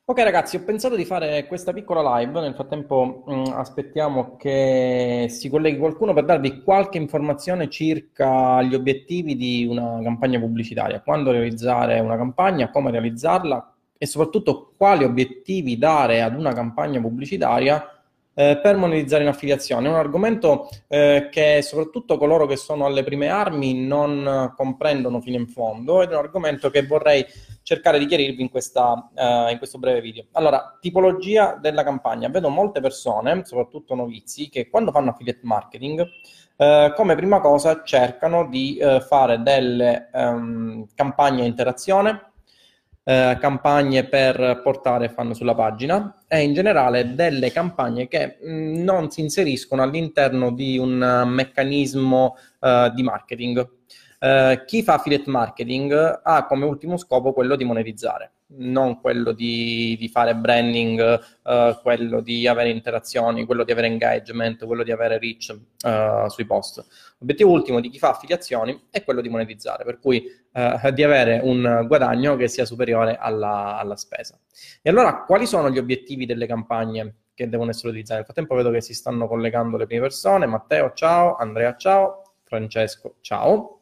Ok ragazzi, ho pensato di fare questa piccola live, nel frattempo aspettiamo che si colleghi qualcuno per darvi qualche informazione circa gli obiettivi di una campagna pubblicitaria, quando realizzare una campagna, come realizzarla e soprattutto quali obiettivi dare ad una campagna pubblicitaria per monetizzare in affiliazione. È un argomento che soprattutto coloro che sono alle prime armi non comprendono fino in fondo ed è un argomento che vorrei cercare di chiarirvi in questo breve video. Allora, tipologia della campagna. Vedo molte persone, soprattutto novizi, che quando fanno affiliate marketing, come prima cosa cercano di fare delle campagne a interazione, campagne per portare fan sulla pagina e in generale delle campagne che non si inseriscono all'interno di un meccanismo di marketing. Chi fa affiliate marketing ha come ultimo scopo quello di monetizzare, non quello di fare branding, quello di avere interazioni, quello di avere engagement, quello di avere reach sui post. L'obiettivo ultimo di chi fa affiliazioni è quello di monetizzare, per cui di avere un guadagno che sia superiore alla spesa. E allora, quali sono gli obiettivi delle campagne che devono essere utilizzate? Nel frattempo vedo che si stanno collegando le prime persone. Matteo, ciao. Andrea, ciao. Francesco, ciao.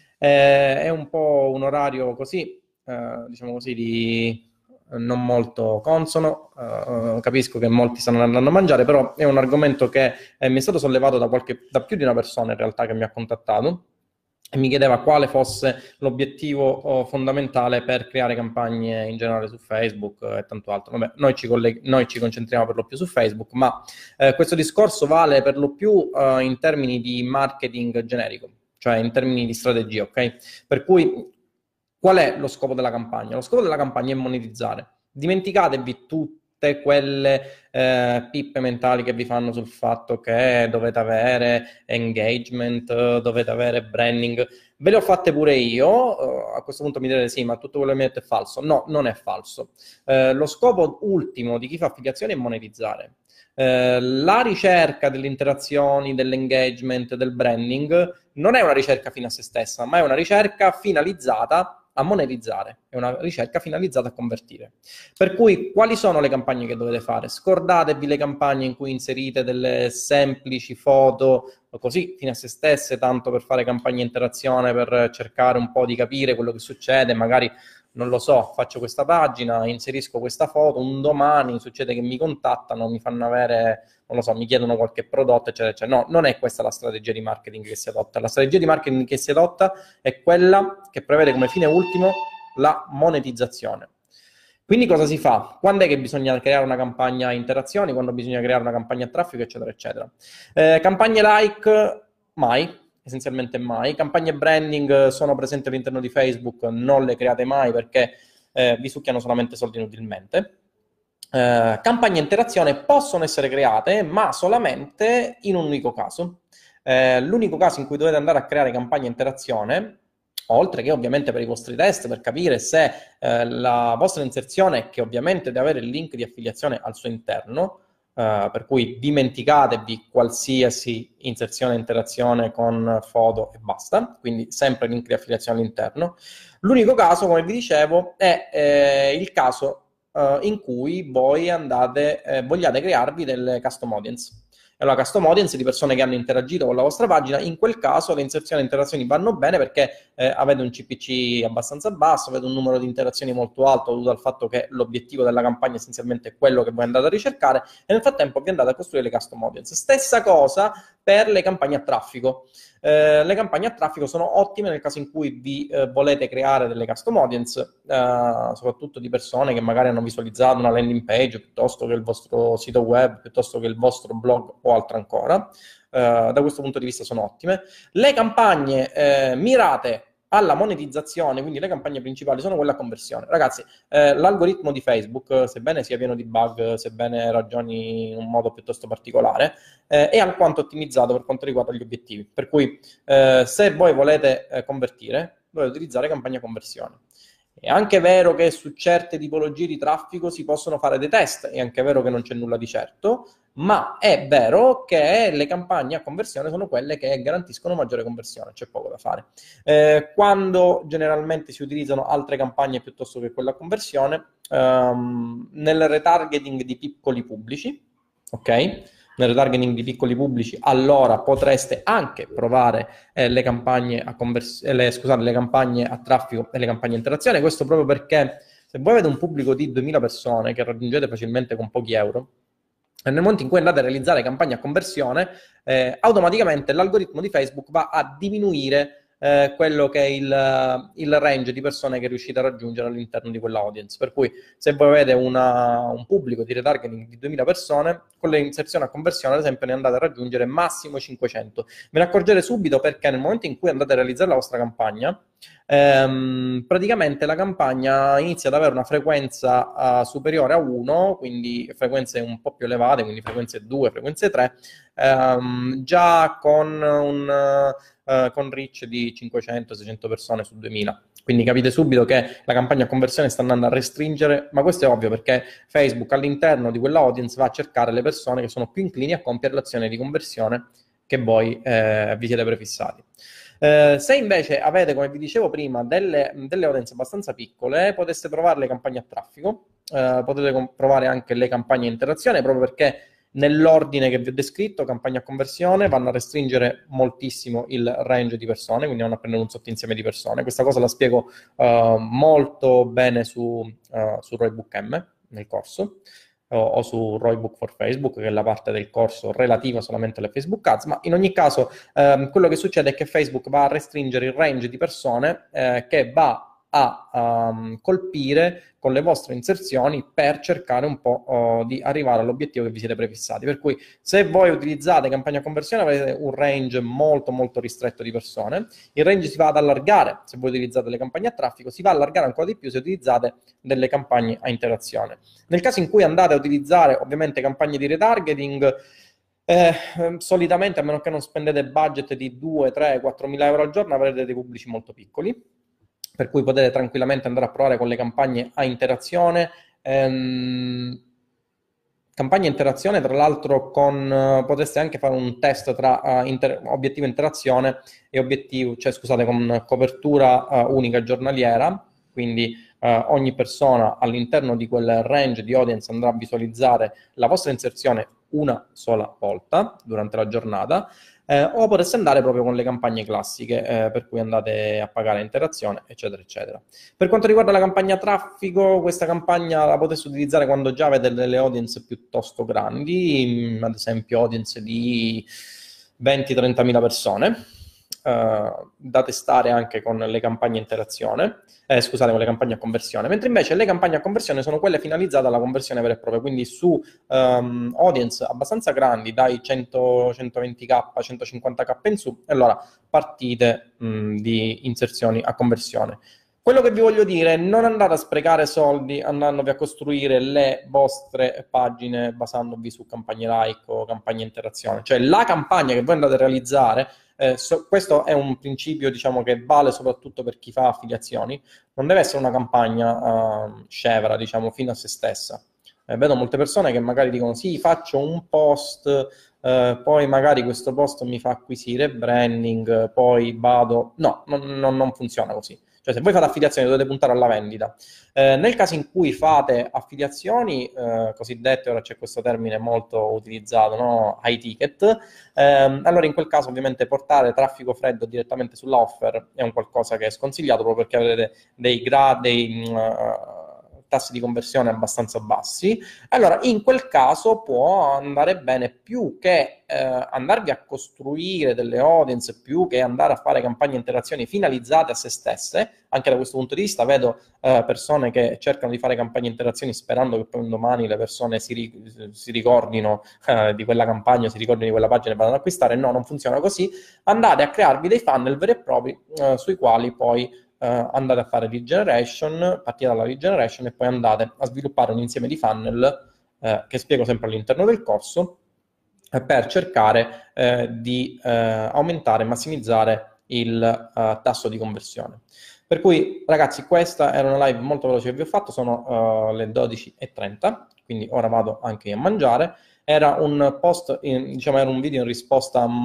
È un po' un orario così, diciamo così, di non molto consono. Capisco che molti stanno andando a mangiare, però è un argomento che mi è stato sollevato da più di una persona in realtà che mi ha contattato e mi chiedeva quale fosse l'obiettivo fondamentale per creare campagne in generale su Facebook e tanto altro. Vabbè, noi ci concentriamo per lo più su Facebook, ma questo discorso vale per lo più in termini di marketing generico, cioè in termini di strategia, ok? Per cui qual è lo scopo della campagna? Lo scopo della campagna è monetizzare. Dimenticatevi tutte quelle pippe mentali che vi fanno sul fatto che dovete avere engagement, dovete avere branding. Ve le ho fatte pure io, a questo punto mi direte sì, ma tutto quello che mi detto è falso. No, non è falso. Lo scopo ultimo di chi fa affiliazione è monetizzare. La ricerca delle interazioni, dell'engagement, del branding non è una ricerca fine a se stessa, ma è una ricerca finalizzata a monetizzare, è una ricerca finalizzata a convertire. Per cui, quali sono le campagne che dovete fare? Scordatevi le campagne in cui inserite delle semplici foto, così, fine a se stesse, tanto per fare campagne interazione, per cercare un po' di capire quello che succede, magari non lo so, faccio questa pagina, inserisco questa foto, un domani succede che mi contattano, mi fanno avere, non lo so, mi chiedono qualche prodotto, eccetera, eccetera. No, non è questa la strategia di marketing che si adotta. La strategia di marketing che si adotta è quella che prevede come fine ultimo la monetizzazione. Quindi cosa si fa? Quando è che bisogna creare una campagna a interazioni? Quando bisogna creare una campagna a traffico, eccetera, eccetera. Campagne like, mai, essenzialmente mai. Campagne branding sono presenti all'interno di Facebook, non le create mai perché vi succhiano solamente soldi inutilmente. Campagne interazione possono essere create, ma solamente in un unico caso. L'unico caso in cui dovete andare a creare campagne interazione, oltre che ovviamente per i vostri test, per capire se la vostra inserzione, che ovviamente deve avere il link di affiliazione al suo interno, per cui dimenticatevi qualsiasi inserzione e interazione con foto e basta, quindi sempre link di affiliazione all'interno. L'unico caso, come vi dicevo, è il caso in cui voi vogliate crearvi delle custom audience. E allora, custom audience di persone che hanno interagito con la vostra pagina, in quel caso le inserzioni e interazioni vanno bene perché avete un CPC abbastanza basso, avete un numero di interazioni molto alto dovuto al fatto che l'obiettivo della campagna essenzialmente è quello che voi andate a ricercare e nel frattempo vi andate a costruire le custom audience. Stessa cosa per le campagne a traffico. Le campagne a traffico sono ottime nel caso in cui vi volete creare delle custom audience, soprattutto di persone che magari hanno visualizzato una landing page piuttosto che il vostro sito web, piuttosto che il vostro blog o altro ancora. Da questo punto di vista sono ottime. Le campagne mirate alla monetizzazione, quindi le campagne principali sono quelle a conversione. Ragazzi, l'algoritmo di Facebook, sebbene sia pieno di bug, sebbene ragioni in un modo piuttosto particolare, è alquanto ottimizzato per quanto riguarda gli obiettivi. Per cui se voi volete convertire, dovete utilizzare campagne a conversione. È anche vero che su certe tipologie di traffico si possono fare dei test, è anche vero che non c'è nulla di certo, ma è vero che le campagne a conversione sono quelle che garantiscono maggiore conversione, c'è poco da fare. Quando generalmente si utilizzano altre campagne piuttosto che quella a conversione, nel retargeting di piccoli pubblici, ok? Nel retargeting di piccoli pubblici, allora potreste anche provare le campagne le campagne a traffico e le campagne a interazione. Questo proprio perché se voi avete un pubblico di 2000 persone che raggiungete facilmente con pochi euro, e nel momento in cui andate a realizzare campagne a conversione, automaticamente l'algoritmo di Facebook va a diminuire quello che è il range di persone che riuscite a raggiungere all'interno di quella audience. Per cui se voi avete un pubblico di retargeting di 2000 persone, con le inserzioni a conversione, ad esempio, ne andate a raggiungere massimo 500. Ve ne accorgete subito perché nel momento in cui andate a realizzare la vostra campagna, praticamente la campagna inizia ad avere una frequenza superiore a 1, quindi frequenze un po' più elevate, quindi frequenze 2, frequenze 3, già con reach di 500-600 persone su 2000. Quindi capite subito che la campagna a conversione sta andando a restringere, ma questo è ovvio perché Facebook all'interno di quella audience va a cercare le persone che sono più inclini a compiere l'azione di conversione che voi vi siete prefissati. Se invece avete, come vi dicevo prima, delle audience abbastanza piccole, poteste provare le campagne a traffico, potete provare anche le campagne a interazione, proprio perché nell'ordine che vi ho descritto, campagna a conversione, vanno a restringere moltissimo il range di persone, quindi vanno a prendere un sottoinsieme di persone. Questa cosa la spiego molto bene su Roybook M nel corso, o su Roybook for Facebook, che è la parte del corso relativa solamente alle Facebook Ads, ma in ogni caso quello che succede è che Facebook va a restringere il range di persone che va a colpire con le vostre inserzioni per cercare un po' di arrivare all'obiettivo che vi siete prefissati. Per cui se voi utilizzate campagna a conversione avete un range molto molto ristretto di persone, il range si va ad allargare se voi utilizzate le campagne a traffico, si va a allargare ancora di più se utilizzate delle campagne a interazione. Nel caso in cui andate a utilizzare ovviamente campagne di retargeting, solitamente, a meno che non spendete budget di 2, 3, 4 mila euro al giorno, avrete dei pubblici molto piccoli, per cui potete tranquillamente andare a provare con le campagne a interazione. Campagna interazione, tra l'altro, potreste anche fare un test tra obiettivo interazione e obiettivo, cioè scusate, con copertura unica giornaliera, quindi ogni persona all'interno di quel range di audience andrà a visualizzare la vostra inserzione una sola volta durante la giornata, o potreste andare proprio con le campagne classiche, per cui andate a pagare interazione, eccetera, eccetera. Per quanto riguarda la campagna traffico, questa campagna la potete utilizzare quando già avete delle audience piuttosto grandi, ad esempio audience di 20-30 mila persone, da testare anche con le campagne interazione, scusate, con le campagne a conversione, mentre invece le campagne a conversione sono quelle finalizzate alla conversione vera e propria, quindi su audience abbastanza grandi, dai 100, 120k, 150k in su, e allora partite di inserzioni a conversione. Quello che vi voglio dire è non andate a sprecare soldi andandovi a costruire le vostre pagine basandovi su campagne like o campagne interazione. Cioè la campagna che voi andate a realizzare, questo è un principio, diciamo, che vale soprattutto per chi fa affiliazioni, non deve essere una campagna scevra, diciamo, fino a se stessa. Vedo molte persone che magari dicono sì, faccio un post, poi magari questo post mi fa acquisire branding, poi vado... No, non funziona così. Cioè, se voi fate affiliazioni dovete puntare alla vendita. Nel caso in cui fate affiliazioni cosiddette, ora c'è questo termine molto utilizzato, no? High ticket, allora in quel caso ovviamente portare traffico freddo direttamente sulla offer è un qualcosa che è sconsigliato proprio perché avete dei tassi di conversione abbastanza bassi. Allora in quel caso può andare bene, più che andarvi a costruire delle audience, più che andare a fare campagne interazioni finalizzate a se stesse. Anche da questo punto di vista vedo persone che cercano di fare campagne interazioni sperando che poi un domani le persone si ricordino di quella campagna, si ricordino di quella pagina e vadano ad acquistare. No, non funziona così. Andate a crearvi dei funnel veri e propri sui quali poi andate a fare lead generation, partite dalla lead generation e poi andate a sviluppare un insieme di funnel che spiego sempre all'interno del corso, per cercare di aumentare e massimizzare il tasso di conversione. Per cui, ragazzi, questa era una live molto veloce che vi ho fatto, sono le 12:30, quindi ora vado anche io a mangiare. Era un post, diciamo, era un video in risposta a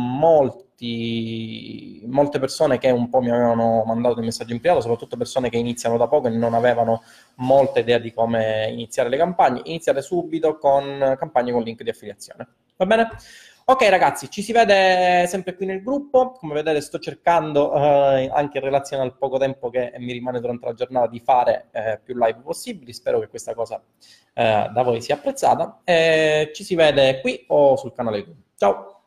molte persone che un po' mi avevano mandato dei messaggi in privato, soprattutto persone che iniziano da poco e non avevano molta idea di come iniziare le campagne. Iniziate subito con campagne con link di affiliazione. Va bene? Ok ragazzi, ci si vede sempre qui nel gruppo, come vedete sto cercando anche in relazione al poco tempo che mi rimane durante la giornata di fare più live possibili, spero che questa cosa da voi sia apprezzata e ci si vede qui o sul canale YouTube. Ciao!